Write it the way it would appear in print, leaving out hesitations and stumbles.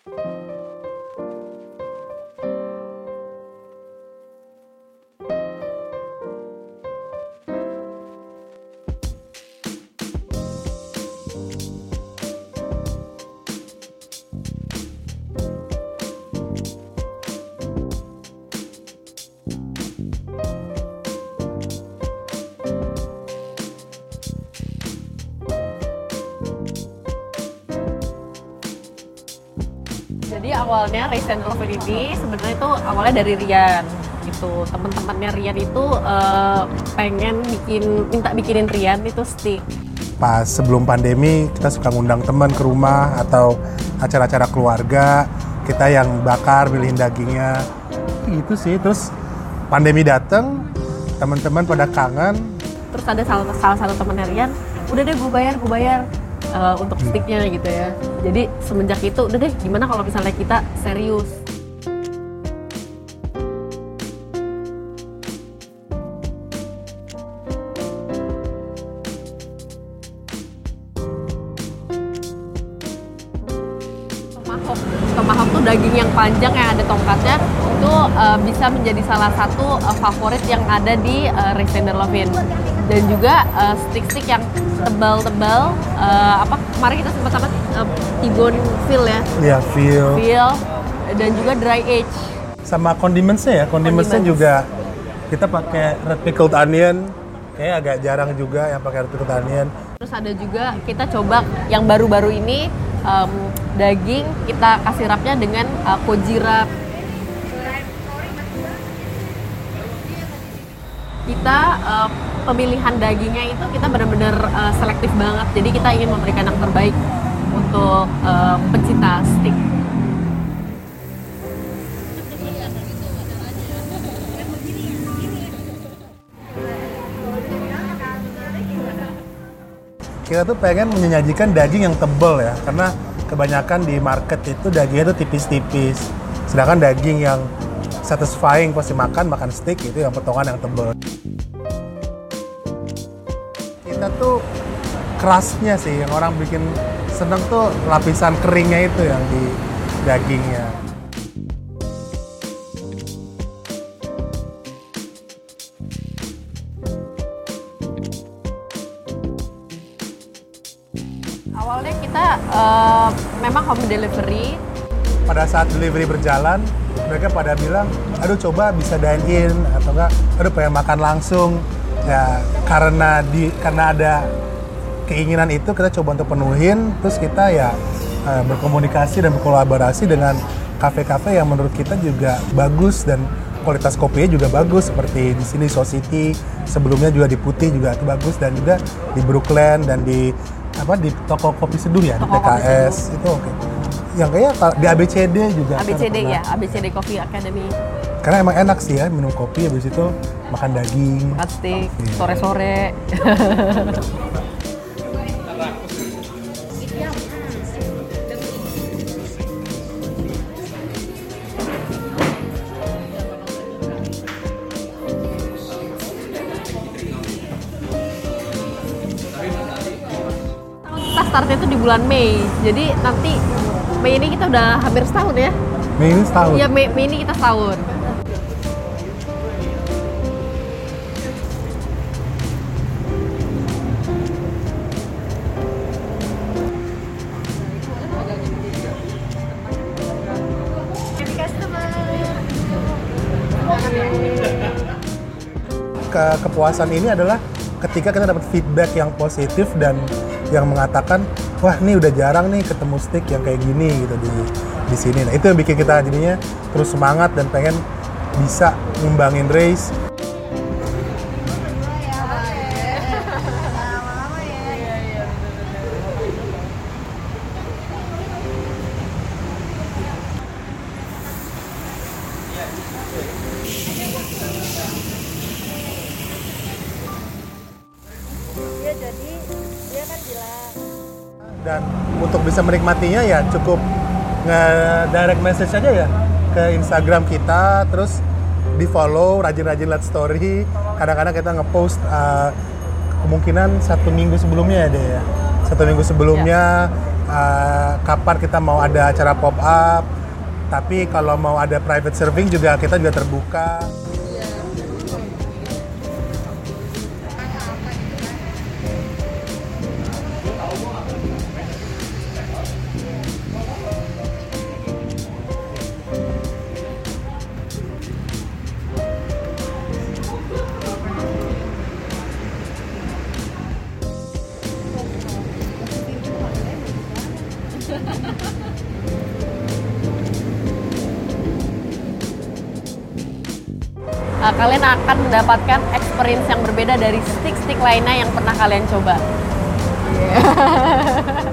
Jadi awalnya Rice and Lover ini sebenarnya itu awalnya dari Rian gitu. Teman-temannya Rian itu pengen minta bikinin Rian itu stick. Pas sebelum pandemi kita suka ngundang teman ke rumah atau acara-acara keluarga, kita yang bakar, milihin dagingnya. Gitu sih. Terus pandemi datang, teman-teman pada kangen. Terus ada salah satu temannya Rian, udah deh gue bayar untuk sticknya gitu ya. Jadi semenjak itu udah deh gimana kalau misalnya kita serius. Tomahawk tuh daging yang panjang yang ada tongkatnya itu bisa menjadi salah satu favorit yang ada di Rice and Lovin. Dan juga stick-stick yang tebal-tebal, kemarin kita sempat sama T-bone veal ya? Iya, veal. Dan juga dry age. Sama condimentsnya ya, condimentsnya juga kita pakai red pickled onion, kayaknya agak jarang juga yang pakai red pickled onion. Terus ada juga kita coba yang baru-baru ini daging kita kasih wrapnya dengan koji wrap. Kita pemilihan dagingnya itu kita benar-benar selektif banget. Jadi kita ingin memberikan yang terbaik untuk pencinta steak. Kita tuh pengen menyajikan daging yang tebal ya, karena kebanyakan di market itu dagingnya tuh tipis-tipis. Sedangkan daging yang satisfying pas dimakan, makan steak itu yang potongan yang tebal. Kita tuh crustnya sih, yang orang bikin seneng tuh lapisan keringnya itu yang di dagingnya. Awalnya kita memang home delivery. Pada saat delivery berjalan, mereka pada bilang, aduh coba bisa dine in atau enggak, aduh pengen makan langsung. Ya karena ada keinginan itu kita coba untuk penuhin, terus kita ya berkomunikasi dan berkolaborasi dengan kafe-kafe yang menurut kita juga bagus dan kualitas kopinya juga bagus, seperti di sini Society, sebelumnya juga di Putih juga itu bagus, dan juga di Brooklyn dan di toko kopi seduh ya, Toko di PKS itu oke. Yang kayak di ABCD juga. ABCD ya, ABCD Coffee Academy. Karena emang enak sih ya minum kopi, habis itu makan daging. Makan steak, sore-sore. Kita startnya itu di bulan Mei, jadi nanti Mei ini kita udah hampir setahun ya? Mei ini setahun? Iya, Mei ini kita setahun. Kepuasan ini adalah ketika kita dapat feedback yang positif dan yang mengatakan, wah ini udah jarang nih ketemu steak yang kayak gini gitu di sini. Nah itu yang bikin kita jadinya terus semangat dan pengen bisa ngembangin Rice. Dan untuk bisa menikmatinya ya cukup nge-direct message aja ya ke Instagram kita, terus di follow, rajin-rajin lihat story. Kadang-kadang kita nge-post kemungkinan 1 minggu sebelumnya ya deh ya. 1 minggu sebelumnya kapan kita mau ada acara pop up. Tapi kalau mau ada private serving juga kita juga terbuka. Kalian akan mendapatkan experience yang berbeda dari stick-stick lainnya yang pernah kalian coba.